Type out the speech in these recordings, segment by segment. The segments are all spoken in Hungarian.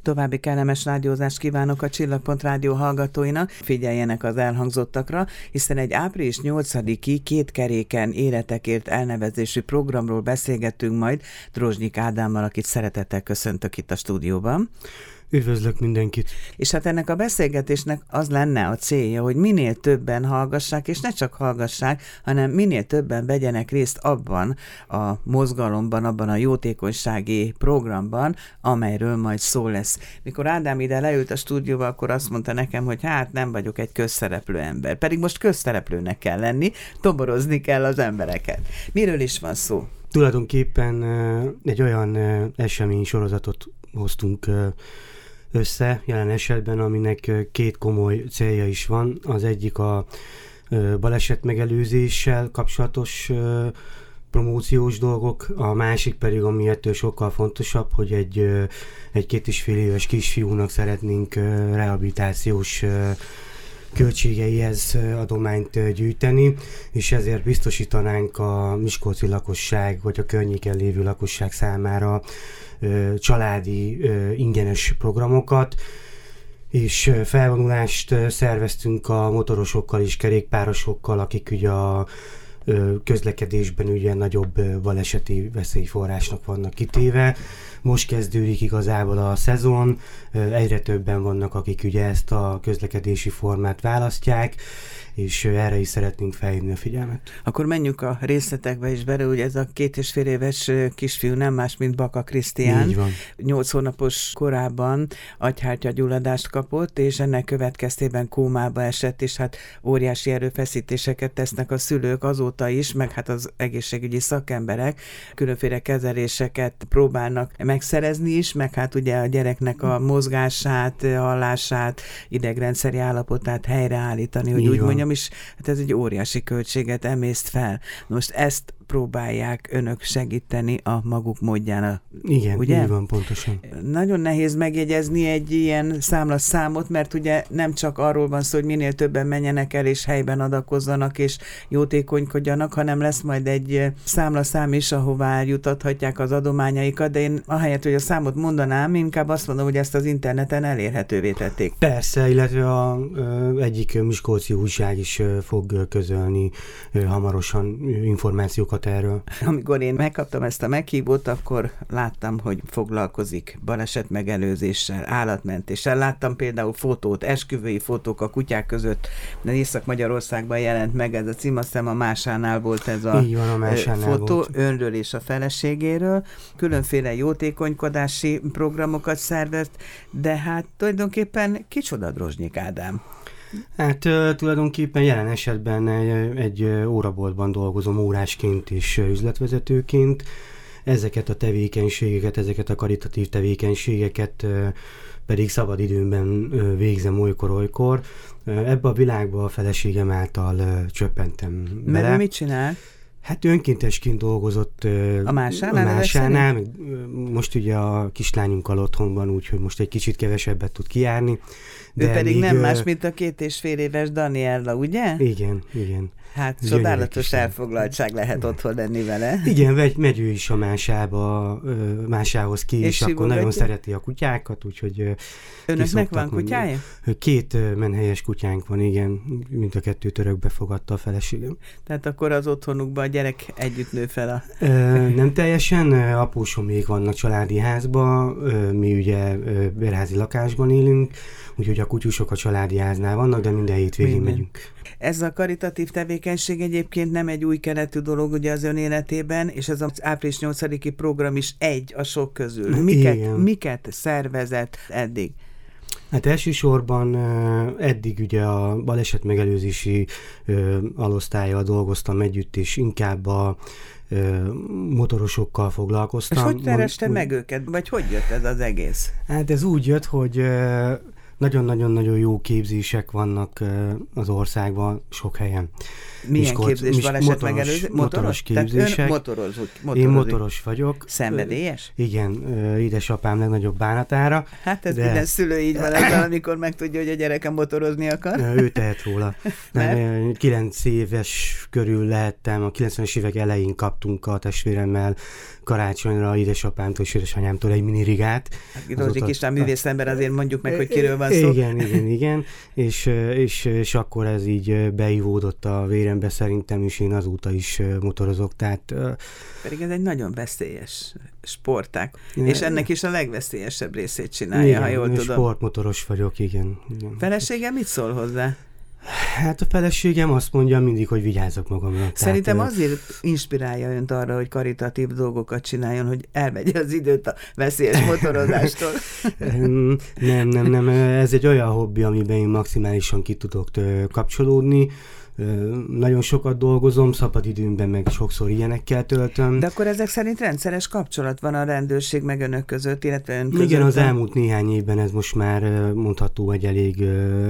További kellemes rádiózást kívánok a Csillagpont Rádió hallgatóinak. Figyeljenek az elhangzottakra, hiszen egy április 8-i kétkeréken életekért elnevezésű programról beszélgetünk majd Drozsnyik Ádámmal, akit szeretettel köszöntök itt a stúdióban. Üdvözlök mindenkit! És hát ennek a beszélgetésnek az lenne a célja, hogy minél többen hallgassák, és ne csak hallgassák, hanem minél többen vegyenek részt abban a mozgalomban, abban a jótékonysági programban, amelyről majd szó lesz. Mikor Ádám ide leült a stúdióba, akkor azt mondta nekem, hogy hát nem vagyok egy közszereplő ember. Pedig most közszereplőnek kell lenni, toborozni kell az embereket. Miről is van szó? Tulajdonképpen egy olyan esemény sorozatot hoztunk össze jelen esetben, aminek két komoly célja is van. Az egyik a baleset megelőzéssel kapcsolatos promóciós dolgok, a másik pedig, ami ettől sokkal fontosabb, hogy egy 2,5 éves kisfiúnak szeretnénk rehabilitációs költségeihez adományt gyűjteni, és ezért biztosítanánk a miskolci lakosság, vagy a környéken lévő lakosság számára családi ingyenes programokat, és felvonulást szerveztünk a motorosokkal és kerékpárosokkal, akik ugye a közlekedésben ugye nagyobb baleseti veszélyforrásnak vannak kitéve. Most kezdődik igazából a szezon, egyre többen vannak, akik ugye ezt a közlekedési formát választják, és erre is szeretnénk felhívni a figyelmet. Akkor menjünk a részletekbe is bele, hogy ez a 2,5 éves kisfiú nem más, mint Baka Krisztián. Így van. 8 hónapos korában agyhártyagyulladást kapott, és ennek következtében kómába esett, és hát óriási erőfeszítéseket tesznek a szülők azóta is, meg hát az egészségügyi szakemberek különféle kezeléseket próbálnak megszerezni is, meg hát ugye a gyereknek a mozgását, hallását, idegrendszeri állapotát helyreállítani, hogy úgy mondjam, és hát ez egy óriási költséget emészt fel. Most ezt próbálják önök segíteni a maguk módján. Igen, ugye? Így van, pontosan. Nagyon nehéz megjegyezni egy ilyen számlaszámot, mert ugye nem csak arról van szó, hogy minél többen menjenek el, és helyben adakozzanak, és jótékonykodjanak, hanem lesz majd egy számlaszám is, ahová eljutathatják az adományaikat, de én ahelyett, hogy a számot mondanám, inkább azt mondom, hogy ezt az interneten elérhetővé tették. Persze, illetve egyik miskolci újság is fog közölni hamarosan információkat erről. Amikor én megkaptam ezt a meghívót, akkor láttam, hogy foglalkozik baleset megelőzéssel, állatmentéssel. Láttam például fotót, esküvői fotók a kutyák között. De Észak-Magyarországban jelent meg ez a cím, azt hiszem a Másánál volt ez a fotó, volt. Önről és a feleségéről. Különféle jótékonykodási programokat szervez, de hát tulajdonképpen kicsoda Drozsnyik Ádám? Hát tulajdonképpen jelen esetben egy óraboltban dolgozom órásként és üzletvezetőként. Ezeket a tevékenységeket, ezeket a karitatív tevékenységeket pedig szabadidőmben végzem olykor-olykor. Ebbe a világba a feleségem által csöppentem bele. Mert mit csinál? Hát önkéntesként dolgozott a Másánál, most ugye a kislányunkkal otthon van, úgyhogy most egy kicsit kevesebbet tud kijárni. Ő pedig nem más, mint a 2,5 éves Daniella, ugye? Igen. Hát csodálatos elfoglaltság lehet otthon lenni vele. Igen, megy ő is a Másához ki, és akkor nagyon szereti a kutyákat, úgyhogy önöknek van kutyája? 2 menhelyes kutyánk van, igen, mind a 2 örökbe fogadta a feleségem. Tehát akkor az otthonukban a gyerek együtt nő fel Nem teljesen, apósomék vannak családi házban, mi ugye bérházi lakásban élünk, úgyhogy a kutyusok a családi háznál vannak, de minden hétvégén megyünk. Ez a karitatív tevékenység egyébként nem egy új keletű dolog ugye az ön életében, és ez az április 8-i program is egy a sok közül. Miket szervezett eddig? Hát elsősorban eddig ugye a baleset megelőzési alosztállyal dolgoztam együtt, és inkább a motorosokkal foglalkoztam. És hogy kereste meg őket? Vagy hogy jött ez az egész? Hát ez úgy jött, hogy nagyon-nagyon-nagyon jó képzések vannak az országban, sok helyen. Milyen képzés? Baleset megelőző? Motoros képzések. Motorozik. Én motoros vagyok. Szenvedélyes? Igen, édesapám legnagyobb bánatára. Hát ez minden szülő így van ezzel, amikor megtudja, hogy a gyereke motorozni akar. Ő tehet róla. 9 éves körül lehettem, a 90-es évek elején kaptunk a testvéremmel karácsonyra édesapámtól és édesanyámtól egy minirigát. Rózsi Kistván művészember, azért mondjuk meg, hogy kiről van szó. Igen. És akkor ez így beivódott a vérembe szerintem, és én azóta is motorozok. Tehát, pedig ez egy nagyon veszélyes sportág, és ennek is a legveszélyesebb részét csinálja, igen, ha jól tudom. Sportmotoros vagyok, igen. Felesége mit szól hozzá? Hát a feleségem azt mondja mindig, hogy vigyázzak magamra. Szerintem tehát, azért inspirálja önt arra, hogy karitatív dolgokat csináljon, hogy elvegye az időt a veszélyes motorozástól. Nem. Ez egy olyan hobbi, amiben én maximálisan ki tudok kapcsolódni. Nagyon sokat dolgozom, szabadidőmben meg sokszor ilyenekkel töltöm. De akkor ezek szerint rendszeres kapcsolat van a rendőrség meg önök között, illetve ön között? Igen, az elmúlt néhány évben ez most már mondható egy elég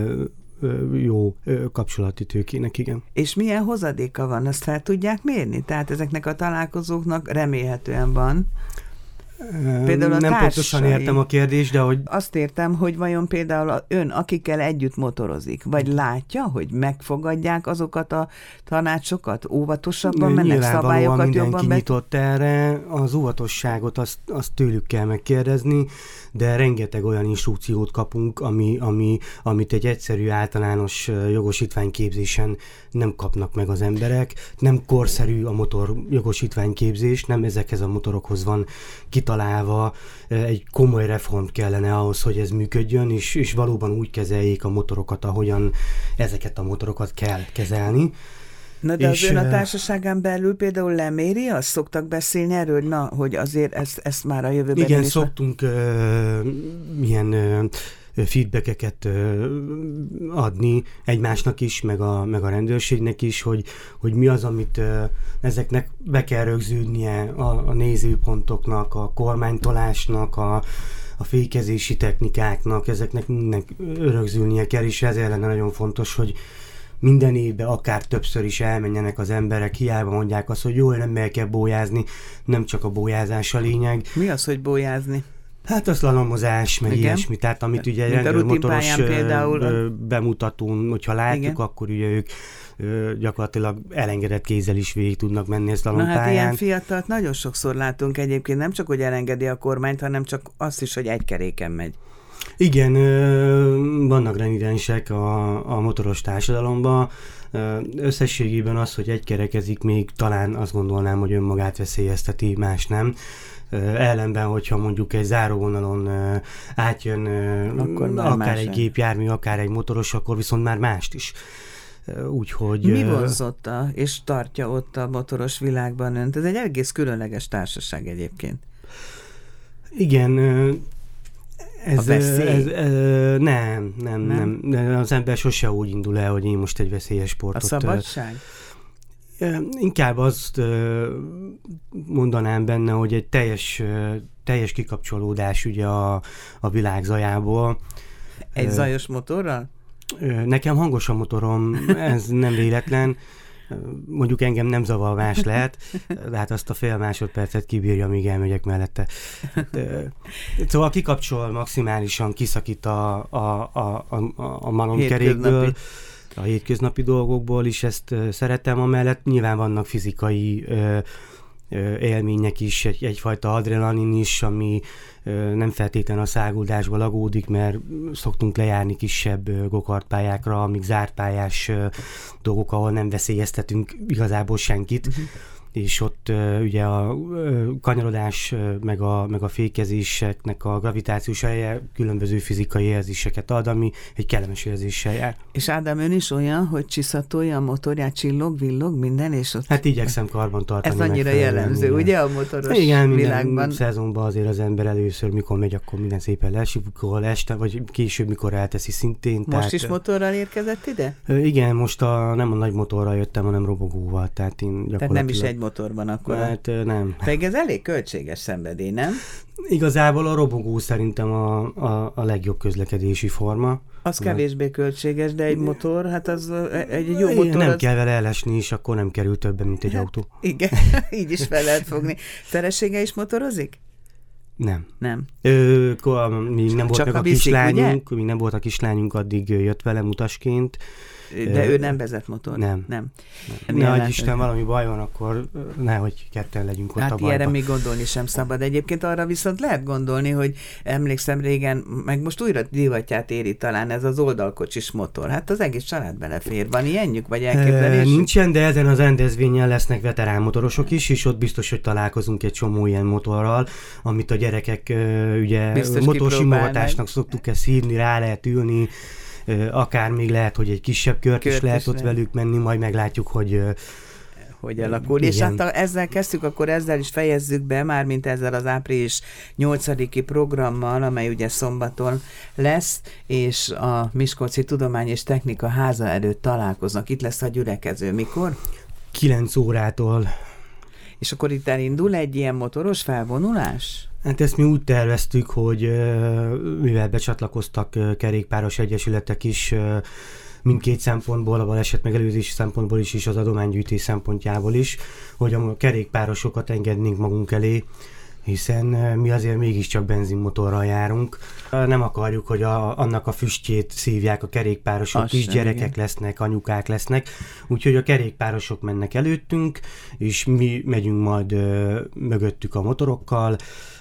jó kapcsolati tőkének, igen. És milyen hozadéka van, azt fel tudják mérni? Tehát ezeknek a találkozóknak remélhetően van. Például nem pontosan értem a kérdést, de hogy... Azt értem, hogy vajon például ön, akikkel együtt motorozik, vagy látja, hogy megfogadják azokat a tanácsokat, óvatosabban mennek, szabályokat jobban be... nyitott erre, az óvatosságot azt tőlük kell megkérdezni, de rengeteg olyan instrukciót kapunk, amit egy egyszerű általános jogosítványképzésen nem kapnak meg az emberek. Nem korszerű a motor jogosítványképzés, nem ezekhez a motorokhoz van kitalálva, egy komoly reform kellene ahhoz, hogy ez működjön, és valóban úgy kezeljék a motorokat, ahogyan ezeket a motorokat kell kezelni. Na de az ön a társaságán belül például leméri, azt szoktak beszélni erről, hogy azért ezt már a jövőben igen, is... szoktunk milyen feedbackeket adni egymásnak is, meg a rendőrségnek is, hogy mi az, amit ezeknek be kell rögződnie a nézőpontoknak, a kormánytolásnak, a fékezési technikáknak, ezeknek mindnek rögzülnie kell, és ezért lenne nagyon fontos, hogy minden évben akár többször is elmenjenek az emberek, hiába mondják azt, hogy jó, nem meg kell bójázni, nem csak a bójázás a lényeg. Mi az, hogy bójázni? Hát a szlalomozás, meg ilyesmi, tehát amit ugye egy rendőrmotoros bemutatón, hogyha látjuk, igen, akkor ugye ők gyakorlatilag elengedett kézzel is végig tudnak menni a szlalompályán. Na hát ilyen fiatalt nagyon sokszor látunk egyébként, nem csak, hogy elengedi a kormányt, hanem csak azt is, hogy egy keréken megy. Igen, vannak renidensek a motoros társadalomban. Összességében az, hogy egykerekezik, még talán azt gondolnám, hogy önmagát veszélyezteti, más nem. Ellenben, hogyha mondjuk egy záróvonalon átjön akár egy gépjármű, akár egy motoros, akkor viszont már mást is. Úgyhogy... Mi vonzotta és tartja ott a motoros világban önt? Ez egy egész különleges társaság egyébként. Igen, Nem. Az ember sose úgy indul el, hogy én most egy veszélyes sportot... A szabadság? Inkább azt mondanám benne, hogy egy teljes kikapcsolódás ugye a világ zajából. Egy zajos motorral? Nekem hangos a motorom, ez nem véletlen. Mondjuk engem nem zavarvás lehet, de hát azt a fél másodpercet kibírja, míg elmegyek mellette. Szóval kikapcsol maximálisan, kiszakít a malomkerékből, a hétköznapi dolgokból is, ezt szeretem, amellett nyilván vannak fizikai élmények is, egyfajta adrenalin is, ami nem feltétlenül a száguldásba agódik, mert szoktunk lejárni kisebb gokartpályákra, amíg zárt pályás dolgok, ahol nem veszélyeztetünk igazából senkit. És ott ugye a kanyarodás meg a fékezéseknek a gravitációs helye különböző fizikai érzéseket ad, ami egy kellemes érzéssel jár. És Ádám, ön is olyan, hogy csiszatolja a motorját, csillog, villog, minden, és ott... Hát igyekszem karban tartani. Ez annyira jellemző, ugye a motoros igen, világban? Minden szezonban azért az ember először, mikor megy, akkor minden szépen lesipukol, este, vagy később, mikor elteszi szintén. Most tehát, is motorral érkezett ide? Igen, most nem a nagy motorral jöttem, hanem robogóval, tehát én gyakorlatilag... Tehát nem is egy motorban akkor? Hát nem. Pedig ez elég költséges szenvedély, nem? Igazából a robogó szerintem a legjobb közlekedési forma. Az kevésbé költséges, de egy motor, hát az egy jó motor... Nem kell vele elesni, és akkor nem kerül többen, mint egy autó. Igen, így is fel lehet fogni. Felesége is motorozik? Nem. Még nem volt Csak meg a kislányunk, míg nem volt a kislányunk, addig jött velem utasként. De ő nem vezet motor? Nem. Nehogy Isten valami baj van, akkor nehogy ketten legyünk ott a bajba. Hát ilyenre még gondolni sem szabad. Egyébként arra viszont lehet gondolni, hogy emlékszem régen, meg most újra divatját éri talán ez az oldalkocsis motor. Hát az egész család belefér. Van ilyenjük, vagy elképzelésük? Nincsen, de ezen az rendezvényen lesznek veterán motorosok is, és ott biztos, hogy találkozunk egy csomó ilyen motorral, amit a gyerekek ugye motorsimogatásnak szoktuk ezt hívni, rá lehet ülni, akár még lehet, hogy egy kisebb kört is lehet ott velük menni, majd meglátjuk, hogy alakul. Igen. És hát ezzel kezdtük, akkor ezzel is fejezzük be, mármint ezzel az április 8-i programmal, amely ugye szombaton lesz, és a Miskolci Tudomány és Technika Háza előtt találkoznak. Itt lesz a gyülekező. Mikor? 9 órától. És akkor itt elindul egy ilyen motoros felvonulás? Hát ezt mi úgy terveztük, hogy mivel becsatlakoztak kerékpáros egyesületek is, mindkét szempontból, a baleset megelőzési szempontból is, és az adománygyűjtés szempontjából is, hogy a kerékpárosokat engednénk magunk elé, hiszen mi azért mégiscsak benzinmotorral járunk. Nem akarjuk, hogy annak a füstjét szívják a kerékpárosok, kisgyerekek lesznek, anyukák lesznek, úgyhogy a kerékpárosok mennek előttünk, és mi megyünk majd mögöttük a motorokkal.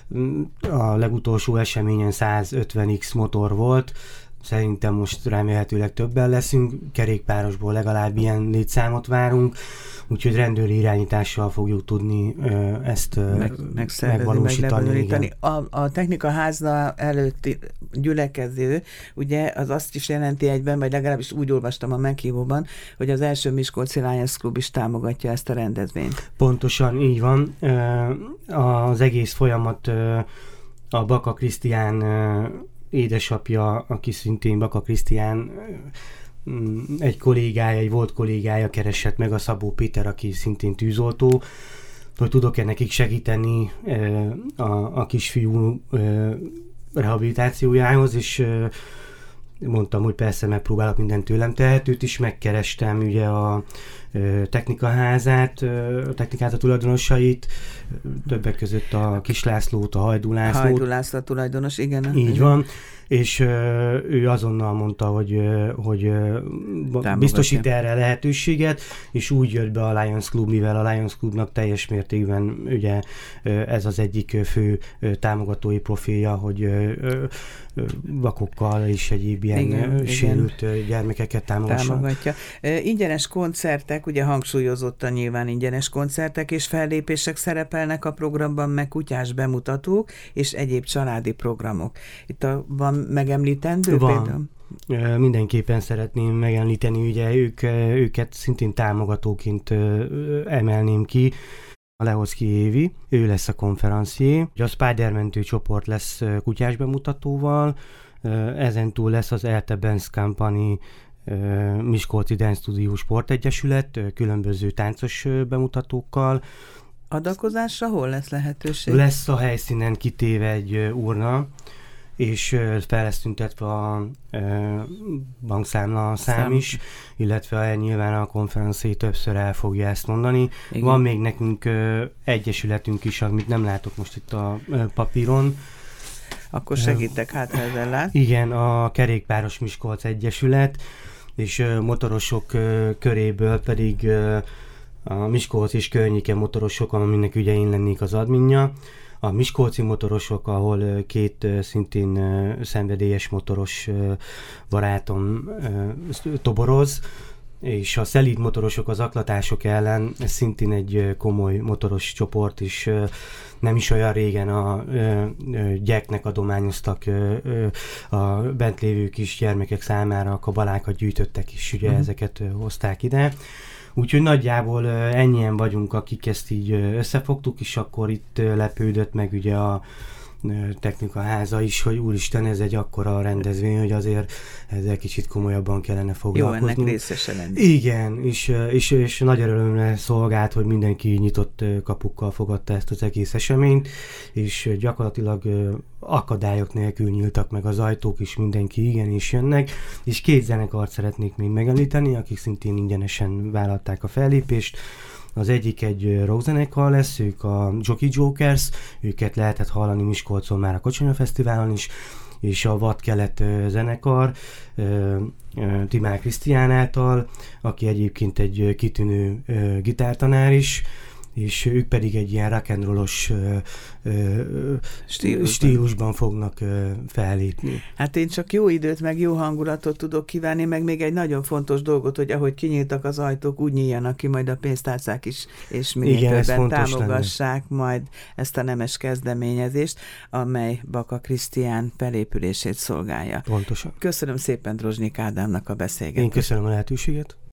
A legutolsó eseményen 150x motor volt, szerintem most remélhetőleg többen leszünk, kerékpárosból legalább ilyen létszámot várunk, úgyhogy rendőri irányítással fogjuk tudni ezt megvalósítani. A Technika Háza előtti gyülekező, ugye az azt is jelenti egyben, vagy legalábbis úgy olvastam a meghívóban, hogy az első Miskolci Lions Club is támogatja ezt a rendezvényt. Pontosan így van. Az egész folyamat a Baka Krisztián édesapja, aki szintén Baka Krisztián, egy volt kollégája keresett meg, a Szabó Péter, aki szintén tűzoltó, hogy tudok-e nekik segíteni a kisfiú rehabilitációjához, és mondtam, hogy persze megpróbálok mindent tőlem tehetőt is, megkerestem ugye a technikaházát, a technikát a tulajdonosait, többek között a Kis Lászlót, a Hajdú Lászlót. Hajdú László tulajdonos, igen. Így van, és ő azonnal mondta, hogy biztosít erre lehetőséget, és úgy jött be a Lions Club, mivel a Lions Clubnak teljes mértékben ugye ez az egyik fő támogatói profilja, hogy vakokkal és egyéb ilyen sérült gyermekeket támogatja. Ingyenes koncertek, ugye hangsúlyozottan nyilván ingyenes koncertek és fellépések szerepelnek a programban, meg kutyás bemutatók és egyéb családi programok. Itt van megemlítendő például? Mindenképpen szeretném megemlíteni, ugye őket szintén támogatóként emelném ki. A Lehoczky Évi, ő lesz a konferencié. A Spider-mentő csoport lesz kutyás bemutatóval, ezentúl lesz az Elte Dance Company Miskolci Dance Studio Sportegyesület különböző táncos bemutatókkal. Adakozásra hol lesz lehetőség? Lesz a helyszínen kitéve egy urna, és fel lesz tüntetve a bankszámla szám is, illetve nyilván a konferencié többször el fogja ezt mondani. Igen. Van még nekünk egyesületünk is, amit nem látok most itt a papíron. Akkor segítek, hát ezzel lát. Igen, a Kerékpáros Miskolc Egyesület, és motorosok köréből pedig a Miskolc és környéke motorosok, aminek ugye én lennék az adminja. A miskolci motorosok, ahol két szintén szenvedélyes motoros barátom toboroz, és a szelíd motorosok az aklatások ellen, ez szintén egy komoly motoros csoport, és nem is olyan régen a gyeknek adományoztak a bent lévő kis gyermekek számára, a kabalákat gyűjtöttek, és ugye ezeket hozták ide. Úgyhogy nagyjából ennyien vagyunk, akik ezt így összefogtuk, és akkor itt lepődött meg ugye a Technikaháza is, hogy úristen, ez egy akkora rendezvény, hogy azért ezzel kicsit komolyabban kellene foglalkozni. Jó, ennek részese lenni. Igen, és nagy örömre szolgált, hogy mindenki nyitott kapukkal fogadta ezt az egész eseményt, és gyakorlatilag akadályok nélkül nyíltak meg az ajtók, és mindenki igenis jönnek, és két zenekart szeretnék még megemlíteni, akik szintén ingyenesen vállalták a fellépést. Az egyik egy rockzenekar lesz, ők a Jockey Jokers, őket lehetett hallani Miskolcon már a Kocsonya Fesztiválon is, és a Vad-Kelet zenekar Timár Krisztián által, aki egyébként egy kitűnő gitártanár is, és ők pedig egy ilyen rock and rollos stílusban fognak fellépni. Hát én csak jó időt, meg jó hangulatot tudok kívánni, meg még egy nagyon fontos dolgot, hogy ahogy kinyíltak az ajtók, úgy nyíljanak ki majd a pénztárcák is, és minél többen támogassák majd ezt a nemes kezdeményezést, amely Baka Krisztián felépülését szolgálja. Pontosan. Köszönöm szépen Drozsnyik Ádámnak a beszélgetést. Én köszönöm a lehetőséget.